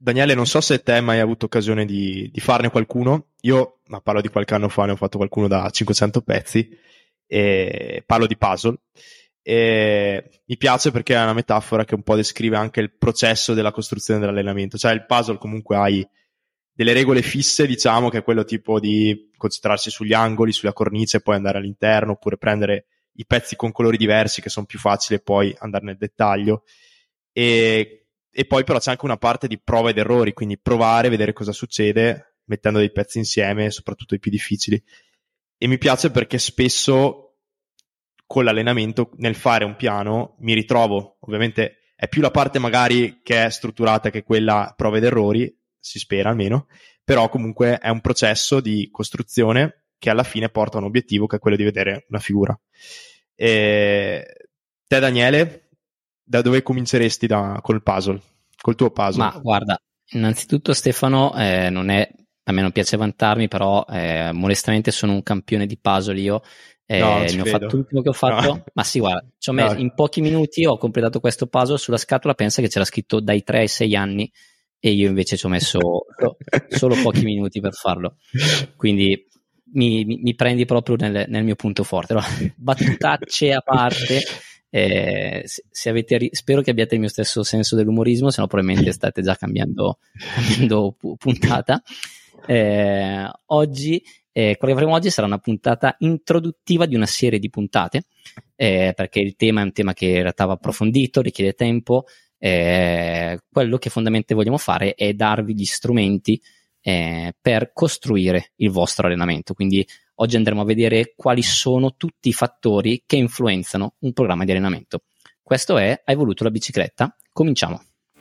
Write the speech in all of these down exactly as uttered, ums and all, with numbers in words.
Daniele, non so se te hai mai avuto occasione di, di farne qualcuno. Io, ma parlo di qualche anno fa, ne ho fatto qualcuno da cinquecento pezzi, e parlo di puzzle. E mi piace perché è una metafora che un po' descrive anche il processo della costruzione dell'allenamento. Cioè il puzzle comunque hai delle regole fisse, diciamo, che è quello tipo di concentrarsi sugli angoli, sulla cornice e poi andare all'interno, oppure prendere i pezzi con colori diversi che sono più facili e poi andare nel dettaglio. E E poi però c'è anche una parte di prova ed errori, quindi provare, vedere cosa succede mettendo dei pezzi insieme, soprattutto i più difficili. E mi piace perché spesso con l'allenamento, nel fare un piano, mi ritrovo, ovviamente è più la parte magari che è strutturata che quella prova ed errori, si spera almeno, però comunque è un processo di costruzione che alla fine porta a un obiettivo, che è quello di vedere una figura. E te, Daniele, da dove cominceresti da, col puzzle, col tuo puzzle? Ma guarda, innanzitutto Stefano, eh, non è, a me non piace vantarmi, però eh, modestamente sono un campione di puzzle io, eh, No, ne ho fatto l'ultimo che ho fatto, no. Ma sì, guarda, ci ho messo, no. In pochi minuti ho completato questo puzzle. Sulla scatola pensa che c'era scritto dai tre ai sei anni e io invece ci ho messo solo pochi minuti per farlo, quindi mi, mi, mi prendi proprio nel, nel mio punto forte. Allora, battutacce a parte. Eh, se, se avete, spero che abbiate il mio stesso senso dell'umorismo, se no probabilmente state già cambiando, cambiando puntata. Eh, oggi, eh, quello che faremo oggi sarà una puntata introduttiva di una serie di puntate, eh, perché il tema è un tema che in realtà va approfondito, richiede tempo. Eh, quello che fondamentalmente vogliamo fare è darvi gli strumenti eh, per costruire il vostro allenamento, quindi oggi andremo a vedere quali sono tutti i fattori che influenzano un programma di allenamento. Questo è Hai voluto la bicicletta? Cominciamo.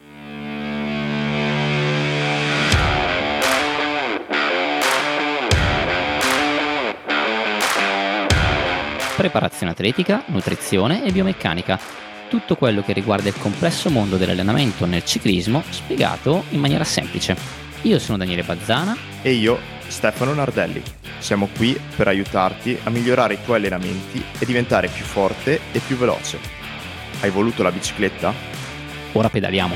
Preparazione atletica, nutrizione e biomeccanica. Tutto quello che riguarda il complesso mondo dell'allenamento nel ciclismo spiegato in maniera semplice. Io sono Daniele Bazzana. E io, Stefano Nardelli. Siamo qui per aiutarti a migliorare i tuoi allenamenti e diventare più forte e più veloce. Hai voluto la bicicletta? Ora pedaliamo.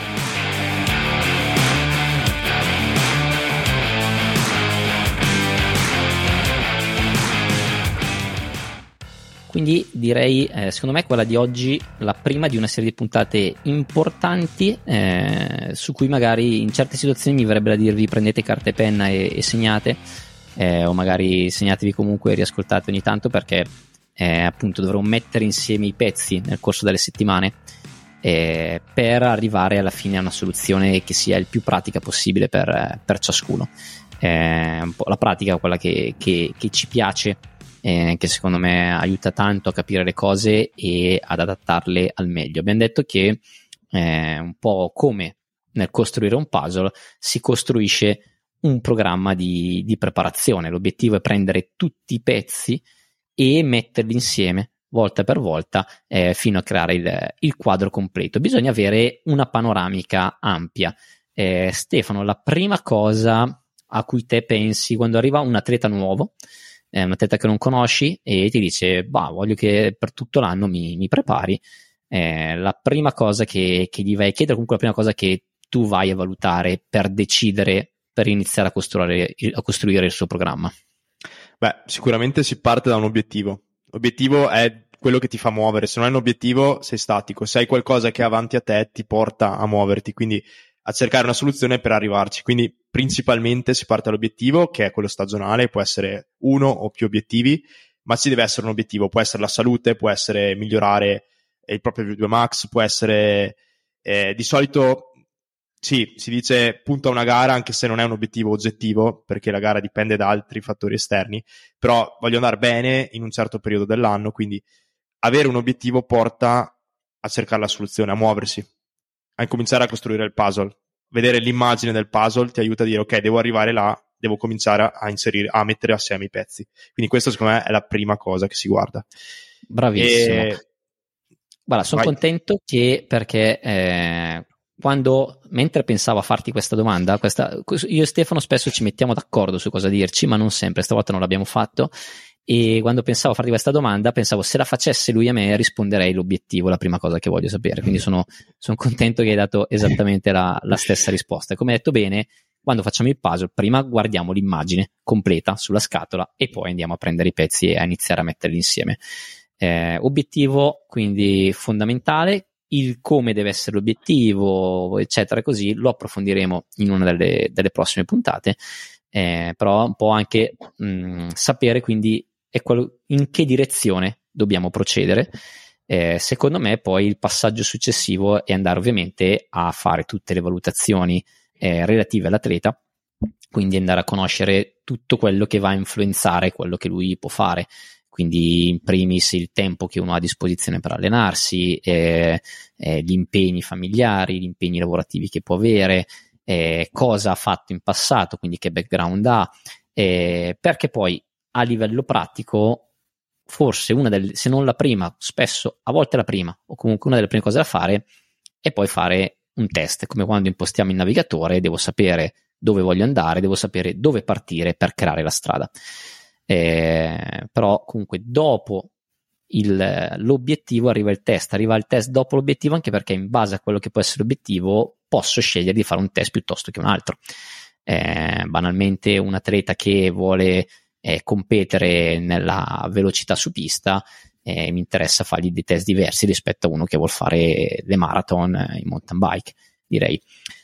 Quindi direi, eh, secondo me, quella di oggi, la prima di una serie di puntate importanti, eh, su cui magari in certe situazioni mi verrebbe da dirvi prendete carta e penna e, e segnate, eh, o magari segnatevi comunque e riascoltate ogni tanto, perché eh, appunto dovrò mettere insieme i pezzi nel corso delle settimane eh, per arrivare alla fine a una soluzione che sia il più pratica possibile per, per ciascuno. Eh, un po' la pratica, quella che, che, che ci piace, Eh, che secondo me aiuta tanto a capire le cose e ad adattarle al meglio. Abbiamo detto che eh, un po' come nel costruire un puzzle si costruisce un programma di, di preparazione. L'obiettivo è prendere tutti i pezzi e metterli insieme volta per volta eh, fino a creare il, il quadro completo. Bisogna avere una panoramica ampia. Eh, Stefano, la prima cosa a cui te pensi quando arriva un atleta nuovo, è un atleta che non conosci e ti dice bah, voglio che per tutto l'anno mi, mi prepari, eh, la prima cosa che, che gli vai a chiedere, comunque la prima cosa che tu vai a valutare per decidere, per iniziare a costruire, a costruire il suo programma? Beh, sicuramente si parte da un obiettivo. L'obiettivo è quello che ti fa muovere. Se non hai un obiettivo sei statico, se hai qualcosa che è avanti a te ti porta a muoverti, quindi a cercare una soluzione per arrivarci. Quindi principalmente si parte dall'obiettivo, che è quello stagionale, può essere uno o più obiettivi, ma ci deve essere un obiettivo, può essere la salute, può essere migliorare il proprio V due Max, può essere eh, di solito sì, si dice punto a una gara, anche se non è un obiettivo oggettivo, perché la gara dipende da altri fattori esterni, però voglio andare bene in un certo periodo dell'anno, quindi avere un obiettivo porta a cercare la soluzione, a muoversi, a incominciare a costruire il puzzle. Vedere l'immagine del puzzle ti aiuta a dire ok, devo arrivare là, devo cominciare a inserire, a mettere assieme i pezzi. Quindi questa secondo me è la prima cosa che si guarda. Bravissimo. E... Guarda, sono Vai. contento che perché eh, quando, mentre pensavo a farti questa domanda, questa, io e Stefano spesso ci mettiamo d'accordo su cosa dirci, ma non sempre, stavolta non l'abbiamo fatto, e quando pensavo a farti questa domanda pensavo se la facesse lui a me risponderei l'obiettivo, la prima cosa che voglio sapere, quindi sono, sono contento che hai dato esattamente la, la stessa risposta. E come hai detto bene, quando facciamo il puzzle prima guardiamo l'immagine completa sulla scatola e poi andiamo a prendere i pezzi e a iniziare a metterli insieme. Eh, obiettivo quindi fondamentale, il come deve essere l'obiettivo eccetera, così lo approfondiremo in una delle, delle prossime puntate, eh, però un po' anche mh, sapere quindi è quello, in che direzione dobbiamo procedere. Eh, secondo me poi il passaggio successivo è andare ovviamente a fare tutte le valutazioni eh, relative all'atleta, quindi andare a conoscere tutto quello che va a influenzare quello che lui può fare, quindi in primis il tempo che uno ha a disposizione per allenarsi, eh, eh, gli impegni familiari, gli impegni lavorativi che può avere, eh, cosa ha fatto in passato, quindi che background ha, eh, perché poi a livello pratico forse una delle, se non la prima, spesso a volte la prima o comunque una delle prime cose da fare è poi fare un test, come quando impostiamo il navigatore, devo sapere dove voglio andare, devo sapere dove partire per creare la strada. Eh, però comunque dopo il, l'obiettivo arriva il test, arriva il test dopo l'obiettivo, anche perché in base a quello che può essere l'obiettivo posso scegliere di fare un test piuttosto che un altro. Eh, banalmente un atleta che vuole eh, competere nella velocità su pista, eh, mi interessa fargli dei test diversi rispetto a uno che vuol fare le marathon in mountain bike, direi.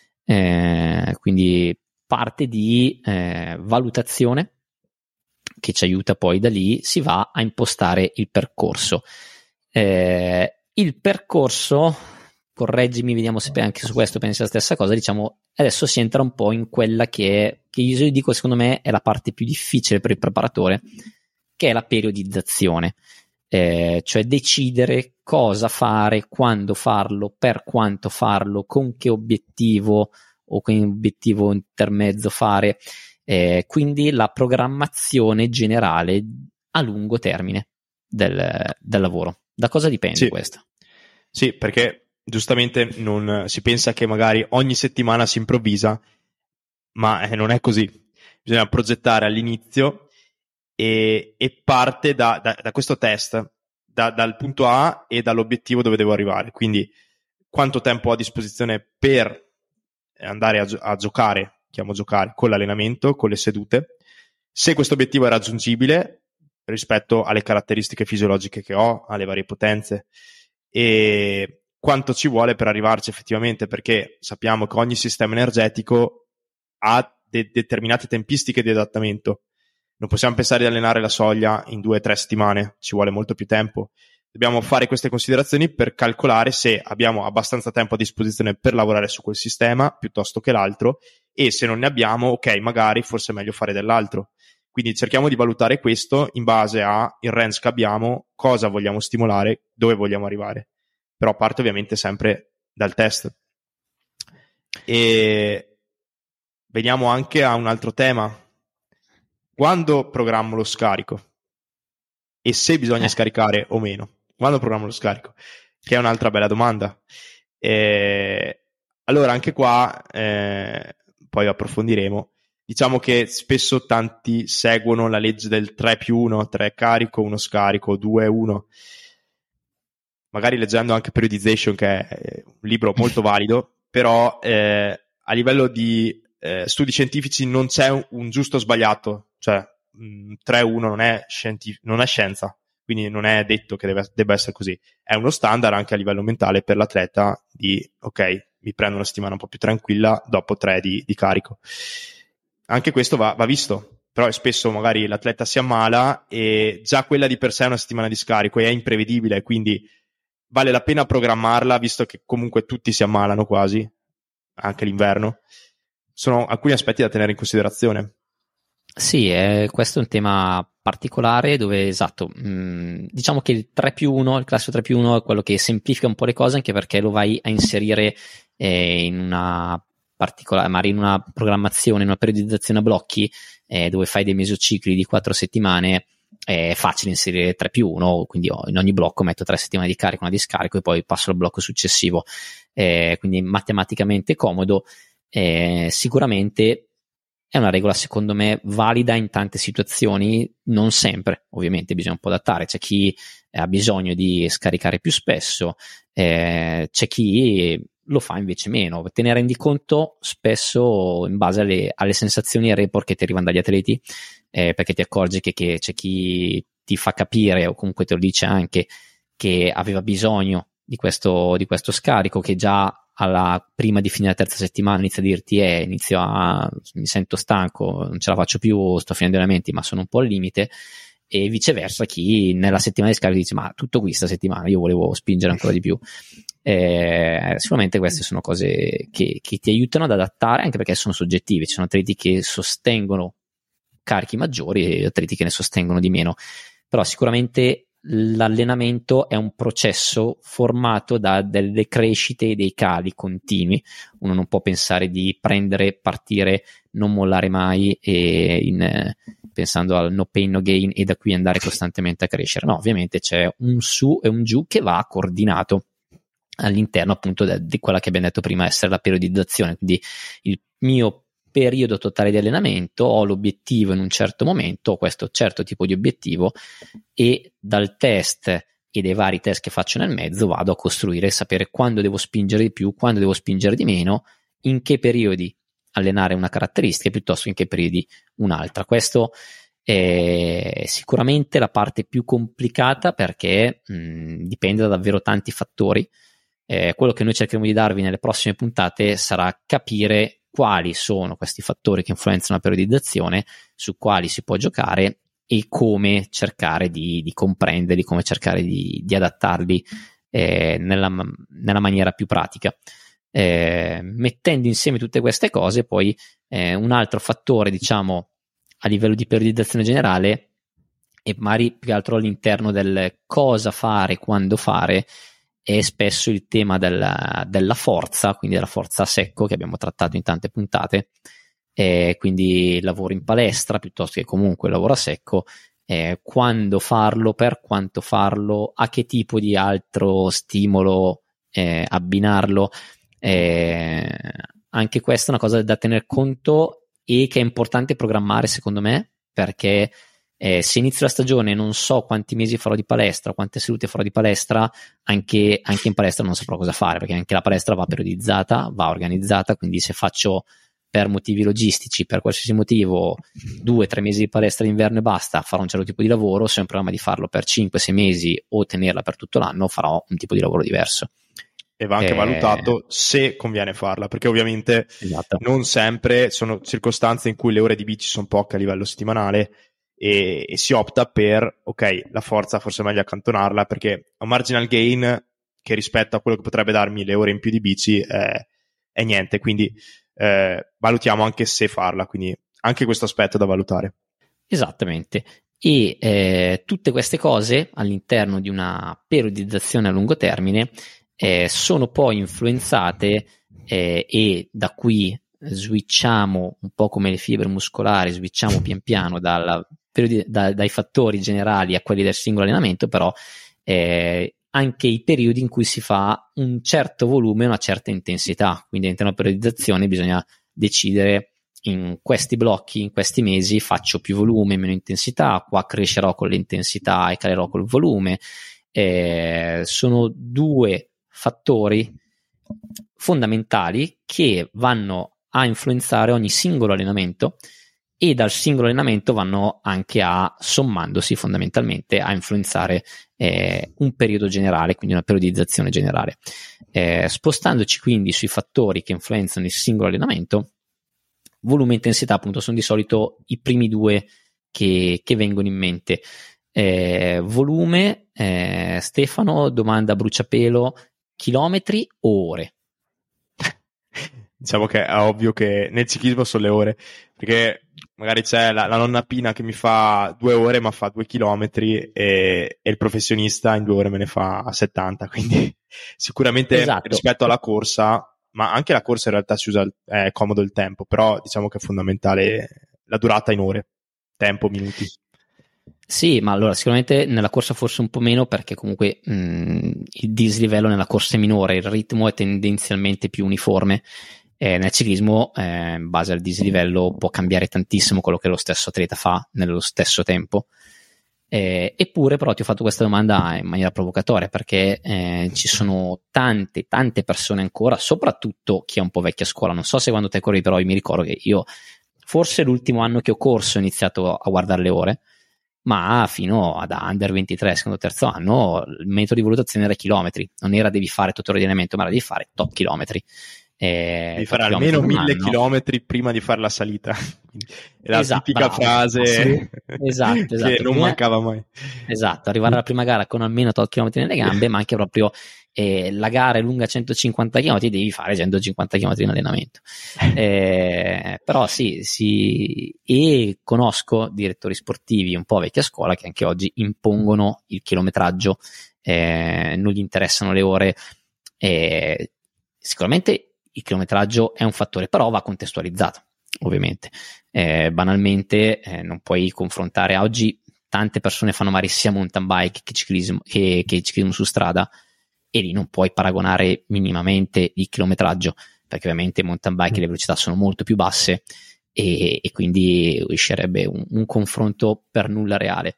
Eh, quindi parte di eh, valutazione che ci aiuta, poi da lì si va a impostare il percorso. Eh, il percorso, correggimi, vediamo se anche su questo pensi la stessa cosa, diciamo adesso si entra un po' in quella che, è, che io dico secondo me è la parte più difficile per il preparatore, che è la periodizzazione, eh, cioè decidere cosa fare, quando farlo, per quanto farlo, con che obiettivo o con obiettivo intermezzo fare. Eh, quindi la programmazione generale a lungo termine del, del lavoro. Da cosa dipende sì. questo? Sì, perché giustamente non si pensa che magari ogni settimana si improvvisa, ma eh, non è così. Bisogna progettare all'inizio e, e parte da, da, da questo test, da, dal punto A e dall'obiettivo dove devo arrivare. Quindi quanto tempo ho a disposizione per andare a, a giocare, chiamo giocare, con l'allenamento, con le sedute, se questo obiettivo è raggiungibile rispetto alle caratteristiche fisiologiche che ho, alle varie potenze, e quanto ci vuole per arrivarci effettivamente, perché sappiamo che ogni sistema energetico ha de- determinate tempistiche di adattamento. Non possiamo pensare di allenare la soglia in due o tre settimane, ci vuole molto più tempo. Dobbiamo fare queste considerazioni per calcolare se abbiamo abbastanza tempo a disposizione per lavorare su quel sistema piuttosto che l'altro, e se non ne abbiamo, ok, magari forse è meglio fare dell'altro. Quindi cerchiamo di valutare questo in base al range che abbiamo, cosa vogliamo stimolare, dove vogliamo arrivare. Però parte ovviamente sempre dal test. E veniamo anche a un altro tema. Quando programmo lo scarico? E se bisogna eh. scaricare o meno? Quando programmo lo scarico? Che è un'altra bella domanda. E allora anche qua eh, poi approfondiremo. Diciamo che spesso tanti seguono la legge del tre più uno, tre carico, uno scarico, due uno. Magari leggendo anche Periodization, che è un libro molto valido, però eh, a livello di eh, studi scientifici non c'è un, un giusto o sbagliato, cioè mh, tre uno non è, scientif- non è scienza, quindi non è detto che deve, debba essere così. È uno standard anche a livello mentale per l'atleta di, ok, mi prendo una settimana un po' più tranquilla dopo tre di, di carico. Anche questo va, va visto, però spesso magari l'atleta si ammala e già quella di per sé è una settimana di scarico e è imprevedibile, quindi vale la pena programmarla, visto che comunque tutti si ammalano quasi, anche l'inverno. Sono alcuni aspetti da tenere in considerazione. Sì, eh, questo è un tema particolare dove, esatto, mh, diciamo che il tre più uno, il classico tre più uno è quello che semplifica un po' le cose, anche perché lo vai a inserire eh, in una particolare, magari in una programmazione, in una periodizzazione a blocchi, eh, dove fai dei mesocicli di quattro settimane. È facile inserire tre più uno, quindi in ogni blocco metto tre settimane di carico, una di scarico e poi passo al blocco successivo, eh, quindi matematicamente comodo. Eh, sicuramente è una regola secondo me valida in tante situazioni, non sempre, ovviamente bisogna un po' adattare, c'è chi ha bisogno di scaricare più spesso, eh, c'è chi lo fa invece meno, te ne rendi conto spesso in base alle, alle sensazioni e report che ti arrivano dagli atleti, eh, perché ti accorgi che, che c'è chi ti fa capire o comunque te lo dice anche che aveva bisogno di questo, di questo scarico, che già alla prima di finire la terza settimana inizia a dirti eh, inizio a mi sento stanco, non ce la faccio più, sto finendo gli allenamenti ma sono un po' al limite, e viceversa chi nella settimana di scarico dice ma tutto qui sta settimana, io volevo spingere ancora di più. Eh, sicuramente queste sono cose che, che ti aiutano ad adattare, anche perché sono soggettive, ci sono atleti che sostengono carichi maggiori e atleti che ne sostengono di meno, però sicuramente l'allenamento è un processo formato da delle crescite e dei cali continui. Uno non può pensare di prendere, partire, non mollare mai e in, pensando al no pain no gain e da qui andare costantemente a crescere. No, ovviamente c'è un su e un giù che va coordinato all'interno appunto de- di quella che abbiamo detto prima, essere la periodizzazione. Quindi il mio periodo totale di allenamento, ho l'obiettivo in un certo momento, ho questo certo tipo di obiettivo, e dal test e dai vari test che faccio nel mezzo vado a costruire, sapere quando devo spingere di più, quando devo spingere di meno, in che periodi allenare una caratteristica piuttosto che in che periodi un'altra. Questo è sicuramente la parte più complicata, perché mh, dipende da davvero tanti fattori. Eh, quello che noi cercheremo di darvi nelle prossime puntate sarà capire quali sono questi fattori che influenzano la periodizzazione, su quali si può giocare e come cercare di, di comprenderli, come cercare di, di adattarli eh, nella, nella maniera più pratica. Eh, mettendo insieme tutte queste cose, poi eh, un altro fattore, diciamo, a livello di periodizzazione generale, e magari più che altro all'interno del cosa fare, quando fare, è spesso il tema della, della forza, quindi della forza a secco, che abbiamo trattato in tante puntate, eh, quindi lavoro in palestra piuttosto che comunque lavoro a secco, eh, quando farlo, per quanto farlo, a che tipo di altro stimolo eh, abbinarlo, eh, anche questa è una cosa da tener conto e che è importante programmare secondo me, perché Eh, se inizio la stagione non so quanti mesi farò di palestra, quante sedute farò di palestra, anche, anche in palestra non saprò cosa fare, perché anche la palestra va periodizzata, va organizzata, quindi se faccio per motivi logistici, per qualsiasi motivo, due o tre mesi di palestra d'inverno e basta, farò un certo tipo di lavoro, se ho un programma di farlo per cinque sei mesi o tenerla per tutto l'anno, farò un tipo di lavoro diverso. E va anche eh... valutato se conviene farla, perché ovviamente esatto. non sempre sono circostanze in cui le ore di bici sono poche a livello settimanale, E, e si opta per, ok, la forza forse è meglio accantonarla, perché un marginal gain che rispetto a quello che potrebbe darmi le ore in più di bici è, è niente, quindi eh, valutiamo anche se farla, quindi anche questo aspetto da valutare. Esattamente, e eh, tutte queste cose all'interno di una periodizzazione a lungo termine eh, sono poi influenzate eh, e da qui switchiamo un po' come le fibre muscolari, switchiamo pian piano dalla periodi, da, dai fattori generali a quelli del singolo allenamento, però eh, anche i periodi in cui si fa un certo volume e una certa intensità, quindi all'interno della periodizzazione bisogna decidere in questi blocchi, in questi mesi faccio più volume, meno intensità, qua crescerò con l'intensità e calerò col volume. Eh, sono due fattori fondamentali che vanno a influenzare ogni singolo allenamento, e dal singolo allenamento vanno anche a, sommandosi fondamentalmente, a influenzare eh, un periodo generale, quindi una periodizzazione generale. Eh, spostandoci quindi sui fattori che influenzano il singolo allenamento, volume e intensità appunto sono di solito i primi due che, che vengono in mente. Eh, volume, eh, Stefano, domanda a bruciapelo, chilometri o ore? Diciamo che è ovvio che nel ciclismo sono le ore, perché magari c'è la, la nonna Pina che mi fa due ore ma fa due chilometri e, e il professionista in due ore me ne fa settanta, quindi sicuramente esatto. Rispetto alla corsa, ma anche la corsa in realtà si usa, è comodo il tempo, però diciamo che è fondamentale la durata in ore, tempo, minuti. Sì, ma allora sicuramente nella corsa forse un po' meno, perché comunque mh, il dislivello nella corsa è minore, il ritmo è tendenzialmente più uniforme. Eh, nel ciclismo, eh, in base al dislivello, può cambiare tantissimo quello che lo stesso atleta fa nello stesso tempo. Eh, eppure però ti ho fatto questa domanda in maniera provocatoria, perché eh, ci sono tante tante persone ancora, soprattutto chi è un po' vecchia scuola. Non so se quando te corri, però io mi ricordo che io forse l'ultimo anno che ho corso ho iniziato a guardare le ore, ma fino ad under ventitré, secondo terzo anno, il metodo di valutazione era chilometri, non era devi fare tutto l'allenamento, ma era devi fare tot chilometri. Eh, devi fare almeno mille chilometri prima di fare la salita. È la esatto, tipica bravo, frase sì, esatto, esatto. che non prima, mancava mai. Esatto, arrivare alla prima gara con almeno tot chilometri nelle gambe, ma anche proprio eh, la gara è lunga centocinquanta chilometri, devi fare centocinquanta chilometri in allenamento. Eh, però sì, sì, e conosco direttori sportivi un po' vecchia scuola che anche oggi impongono il chilometraggio, eh, non gli interessano le ore. Eh, sicuramente il chilometraggio è un fattore, però va contestualizzato, ovviamente. Eh, banalmente eh, non puoi confrontare. Oggi tante persone fanno magari sia mountain bike che ciclismo, che, che ciclismo su strada, e lì non puoi paragonare minimamente il chilometraggio, perché ovviamente mountain bike le velocità sono molto più basse e, e quindi uscirebbe un, un confronto per nulla reale.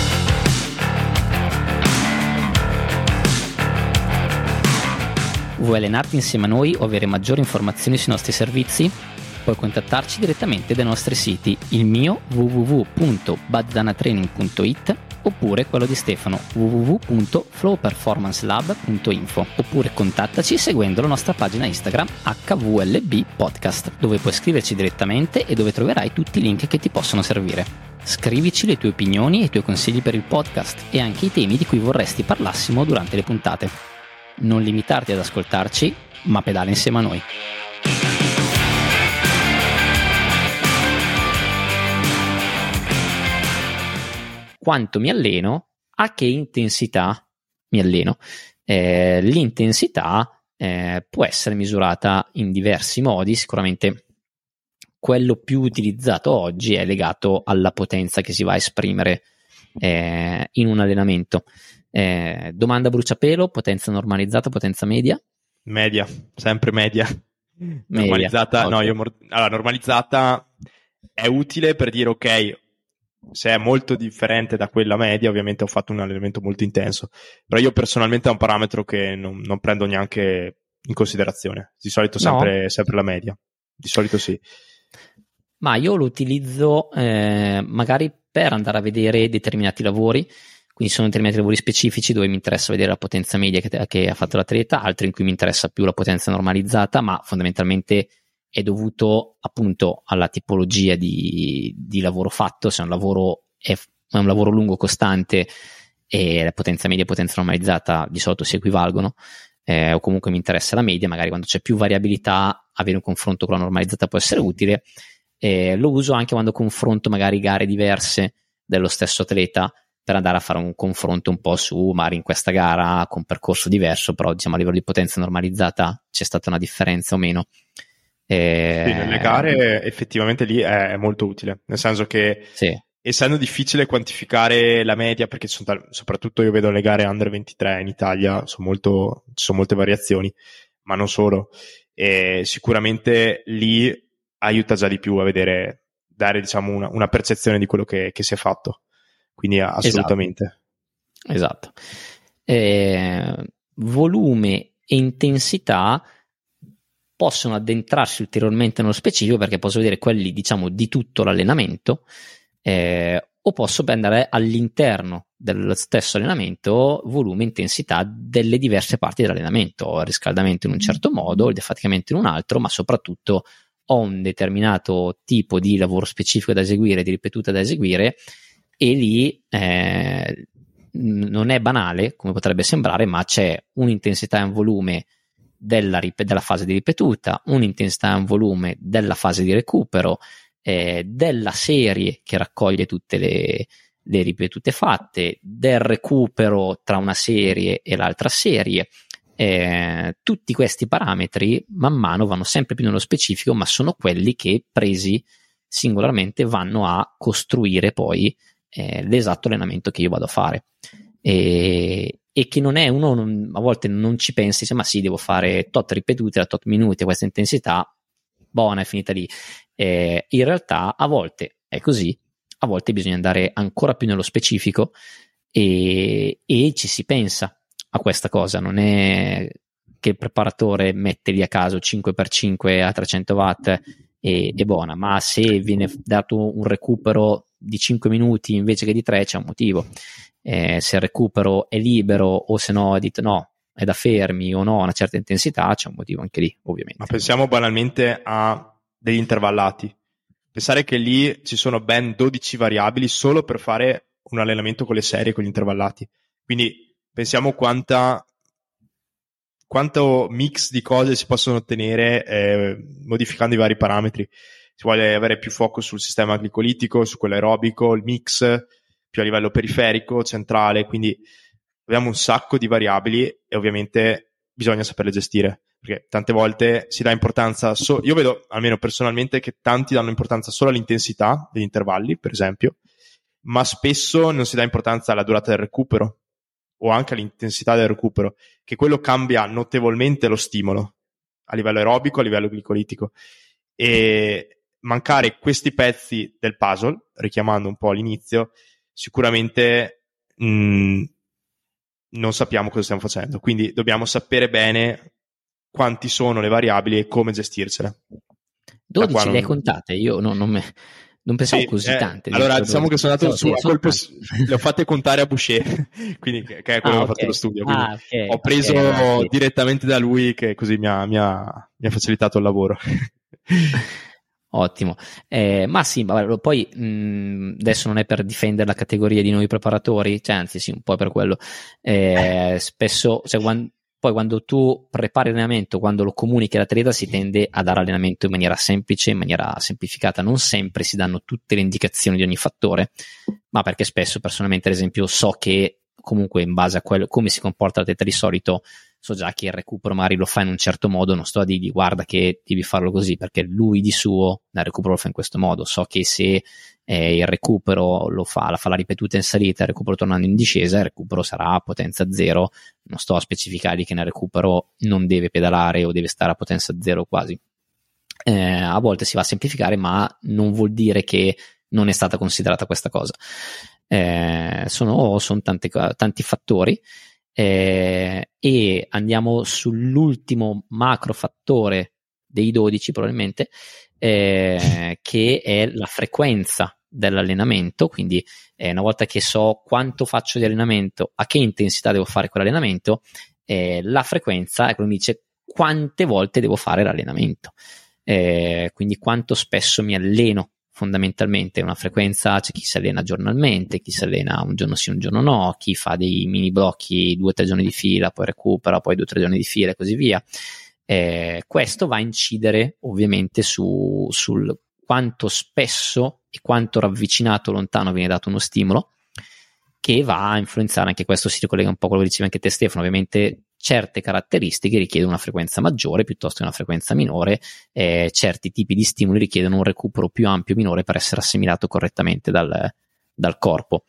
Vuoi allenarti insieme a noi o avere maggiori informazioni sui nostri servizi? Puoi contattarci direttamente dai nostri siti, il mio w w w punto baddanatraining punto i t oppure quello di Stefano w w w punto flow performance lab punto info, oppure contattaci seguendo la nostra pagina Instagram H V L B Podcast, dove puoi scriverci direttamente e dove troverai tutti i link che ti possono servire. Scrivici le tue opinioni e i tuoi consigli per il podcast e anche i temi di cui vorresti parlassimo durante le puntate. Non limitarti ad ascoltarci, ma pedala insieme a noi. Quanto mi alleno? A che intensità mi alleno? Eh, l'intensità eh, può essere misurata in diversi modi. Sicuramente quello più utilizzato oggi è legato alla potenza che si va a esprimere eh, in un allenamento. Eh, domanda bruciapelo: potenza normalizzata, potenza media? Media, sempre media. media. Normalizzata, Okay. no, io mor- allora, normalizzata è utile per dire ok, se è molto differente da quella media, ovviamente ho fatto un allenamento molto intenso, però io personalmente è un parametro che non, non prendo neanche in considerazione, di solito sempre, No. sempre la media, di solito sì. Ma io lo utilizzo eh, magari per andare a vedere determinati lavori. Quindi sono determinati lavori specifici dove mi interessa vedere la potenza media che, che ha fatto l'atleta, altri in cui mi interessa più la potenza normalizzata, ma fondamentalmente è dovuto appunto alla tipologia di, di lavoro fatto. Se è un lavoro, è, è un lavoro lungo, costante, e la potenza media e potenza normalizzata di solito si equivalgono, eh, o comunque mi interessa la media, magari quando c'è più variabilità avere un confronto con la normalizzata può essere utile. Eh, lo uso anche quando confronto magari gare diverse dello stesso atleta, per andare a fare un confronto un po' su magari in questa gara con percorso diverso, però diciamo a livello di potenza normalizzata c'è stata una differenza o meno. Eh, sì, nelle gare effettivamente lì è, è molto utile, nel senso che sì. essendo difficile quantificare la media, perché sono tal- soprattutto io vedo le gare under ventitré in Italia, sono molto, ci sono molte variazioni, ma non solo, e sicuramente lì aiuta già di più a vedere, dare diciamo una, una percezione di quello che, che si è fatto. Quindi assolutamente. Esatto. esatto. Eh, volume e intensità possono addentrarsi ulteriormente nello specifico, perché posso vedere quelli diciamo di tutto l'allenamento, eh, o posso prendere all'interno dello stesso allenamento volume e intensità delle diverse parti dell'allenamento. Il riscaldamento in un certo modo, il defaticamento in un altro, ma soprattutto ho un determinato tipo di lavoro specifico da eseguire, di ripetuta da eseguire, e lì eh, non è banale come potrebbe sembrare, ma c'è un'intensità e un volume della, della fase di ripetuta, un'intensità e un volume della fase di recupero, eh, della serie che raccoglie tutte le, le ripetute fatte, del recupero tra una serie e l'altra serie. Eh, tutti questi parametri man mano vanno sempre più nello specifico, ma sono quelli che presi singolarmente vanno a costruire poi Eh, l'esatto allenamento che io vado a fare, e, e che non è uno non, a volte non ci pensi, ma sì, devo fare tot ripetute da tot minuti a questa intensità, buona, è finita lì. Eh, in realtà a volte è così, a volte bisogna andare ancora più nello specifico e, e ci si pensa a questa cosa. Non è che il preparatore mette lì a caso cinque per cinque a trecento watt e è buona, ma se viene dato un recupero di cinque minuti invece che di tre c'è un motivo. Eh, se il recupero è libero o se no dite no, è da fermi o no a una certa intensità, c'è un motivo anche lì, ovviamente. Ma pensiamo banalmente a degli intervallati. Pensare che lì ci sono ben dodici variabili solo per fare un allenamento con le serie, con gli intervallati. Quindi pensiamo quanta quanto mix di cose si possono ottenere eh, modificando i vari parametri. Si vuole avere più focus sul sistema glicolitico, su quello aerobico, il mix più a livello periferico, centrale, quindi abbiamo un sacco di variabili e ovviamente bisogna saperle gestire, perché tante volte si dà importanza, so- io vedo almeno personalmente che tanti danno importanza solo all'intensità degli intervalli, per esempio, ma spesso non si dà importanza alla durata del recupero o anche all'intensità del recupero, che quello cambia notevolmente lo stimolo a livello aerobico, a livello glicolitico, e mancare questi pezzi del puzzle, richiamando un po' all'inizio, sicuramente mh, non sappiamo cosa stiamo facendo, quindi dobbiamo sapere bene quanti sono le variabili e come gestircele. dodici non... le hai contate? Io non, non, me, non pensavo sì, così eh, tante. Allora diciamo che sono andato no, su, sì, a colpo, le ho fatte contare a Boucher, quindi, che è quello ah, che ha okay. fatto lo studio, quindi ah, okay, ho preso okay, sì. direttamente da lui, che così mi ha, mi ha, mi ha facilitato il lavoro. Ottimo, eh, ma sì, ma poi mh, adesso non è per difendere la categoria di noi preparatori, cioè anzi sì, un po' per quello. Eh, spesso, cioè, quando, poi quando tu prepari l'allenamento, quando lo comunichi all'atleta, si tende a dare allenamento in maniera semplice, in maniera semplificata. Non sempre si danno tutte le indicazioni di ogni fattore, ma perché spesso, personalmente, ad esempio, so che comunque in base a quello, come si comporta l'atleta di solito, so già che il recupero magari lo fa in un certo modo, non sto a dirgli guarda che devi farlo così, perché lui di suo nel recupero lo fa in questo modo. So che se eh, il recupero lo fa, la fa la ripetuta in salita, il recupero tornando in discesa, il recupero sarà a potenza zero. Non sto a specificargli che nel recupero non deve pedalare o deve stare a potenza zero quasi. Eh, a volte si va a semplificare, ma non vuol dire che non è stata considerata questa cosa. Eh, sono sono tanti, tanti fattori. Eh, e andiamo sull'ultimo macro fattore dei dodici probabilmente, eh, che è la frequenza dell'allenamento. Quindi eh, una volta che so quanto faccio di allenamento, a che intensità devo fare quell'allenamento, eh, la frequenza è quello che mi dice quante volte devo fare l'allenamento, eh, quindi quanto spesso mi alleno. Fondamentalmente una frequenza, c'è chi si allena giornalmente, chi si allena un giorno sì un giorno no, chi fa dei mini blocchi due o tre giorni di fila, poi recupera, poi due o tre giorni di fila e così via. Eh, questo va a incidere ovviamente su sul quanto spesso e quanto ravvicinato o lontano viene dato uno stimolo, che va a influenzare, anche questo si ricollega un po' a quello che dicevi anche te Stefano, ovviamente certe caratteristiche richiedono una frequenza maggiore piuttosto che una frequenza minore, eh, certi tipi di stimoli richiedono un recupero più ampio o minore per essere assimilato correttamente dal, dal corpo.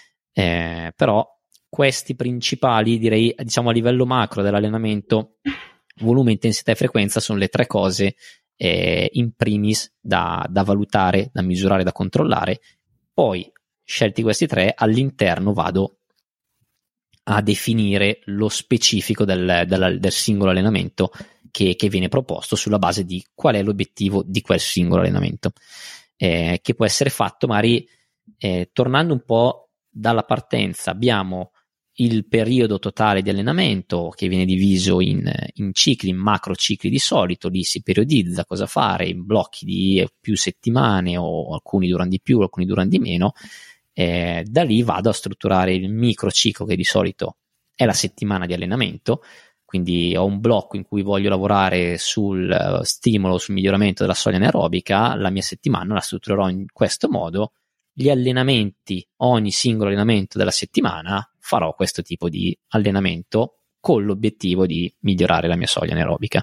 Eh, però questi principali, direi, diciamo a livello macro dell'allenamento, volume, intensità e frequenza sono le tre cose eh, in primis da, da valutare, da misurare, da controllare. Poi, scelti questi tre, all'interno vado a definire lo specifico del, del, del singolo allenamento che, che viene proposto sulla base di qual è l'obiettivo di quel singolo allenamento, eh, che può essere fatto magari eh, tornando un po' dalla partenza. Abbiamo il periodo totale di allenamento che viene diviso in, in cicli, in macro cicli di solito, lì si periodizza cosa fare in blocchi di più settimane, o alcuni durano di più, alcuni durano di meno. Eh, da lì vado a strutturare il microciclo, che di solito è la settimana di allenamento, quindi ho un blocco in cui voglio lavorare sul uh, stimolo, sul miglioramento della soglia anaerobica. La mia settimana la strutturerò in questo modo. Gli allenamenti, ogni singolo allenamento della settimana farò questo tipo di allenamento con l'obiettivo di migliorare la mia soglia anaerobica.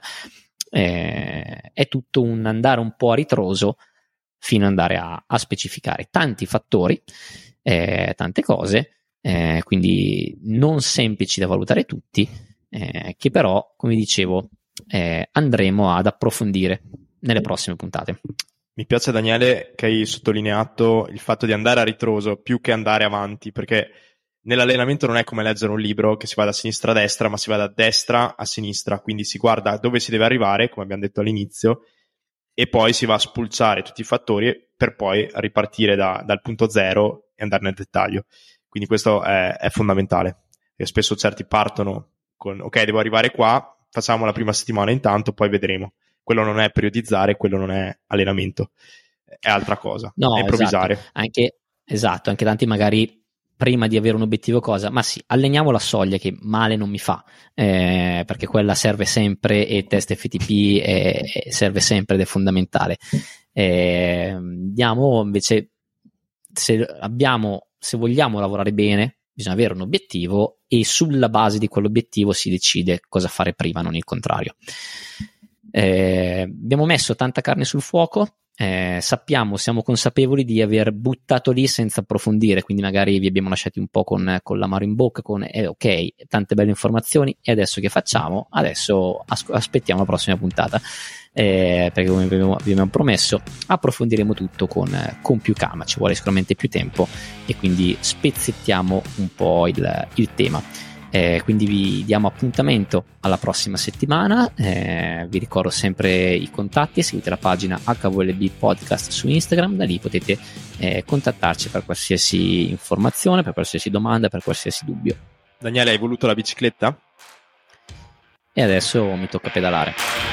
Eh, è tutto un andare un po' a ritroso fino ad andare a, a specificare tanti fattori, eh, tante cose, eh, quindi non semplici da valutare tutti, eh, che però, come dicevo, eh, andremo ad approfondire nelle prossime puntate. Mi piace, Daniele, che hai sottolineato il fatto di andare a ritroso più che andare avanti, perché nell'allenamento non è come leggere un libro che si va da sinistra a destra, ma si va da destra a sinistra, quindi si guarda dove si deve arrivare, come abbiamo detto all'inizio, e poi si va a spulciare tutti i fattori per poi ripartire da, dal punto zero e andare nel dettaglio. Quindi questo è, è fondamentale, e spesso certi partono con ok, devo arrivare qua, facciamo la prima settimana intanto, poi vedremo. Quello non è periodizzare, quello non è allenamento, è altra cosa, no, è improvvisare. Esatto. Anche, esatto, anche tanti magari prima di avere un obiettivo cosa, ma sì, alleniamo la soglia che male non mi fa, eh, perché quella serve sempre e test F T P eh, serve sempre ed è fondamentale. Eh, andiamo invece, se abbiamo, se vogliamo lavorare bene, bisogna avere un obiettivo e sulla base di quell'obiettivo si decide cosa fare prima, non il contrario. Eh, abbiamo messo tanta carne sul fuoco, eh, sappiamo, siamo consapevoli di aver buttato lì senza approfondire, quindi magari vi abbiamo lasciati un po' con, con l'amaro in bocca, con eh, ok, tante belle informazioni, e adesso che facciamo? Adesso as- aspettiamo la prossima puntata, eh, perché come vi abbiamo, vi abbiamo promesso approfondiremo tutto con, con più calma, ci vuole sicuramente più tempo e quindi spezzettiamo un po' il, il tema. Eh, quindi vi diamo appuntamento alla prossima settimana, eh, vi ricordo sempre i contatti, seguite la pagina H V L B Podcast su Instagram, da lì potete eh, contattarci per qualsiasi informazione, per qualsiasi domanda, per qualsiasi dubbio. Daniele, hai voluto la bicicletta? E adesso mi tocca pedalare.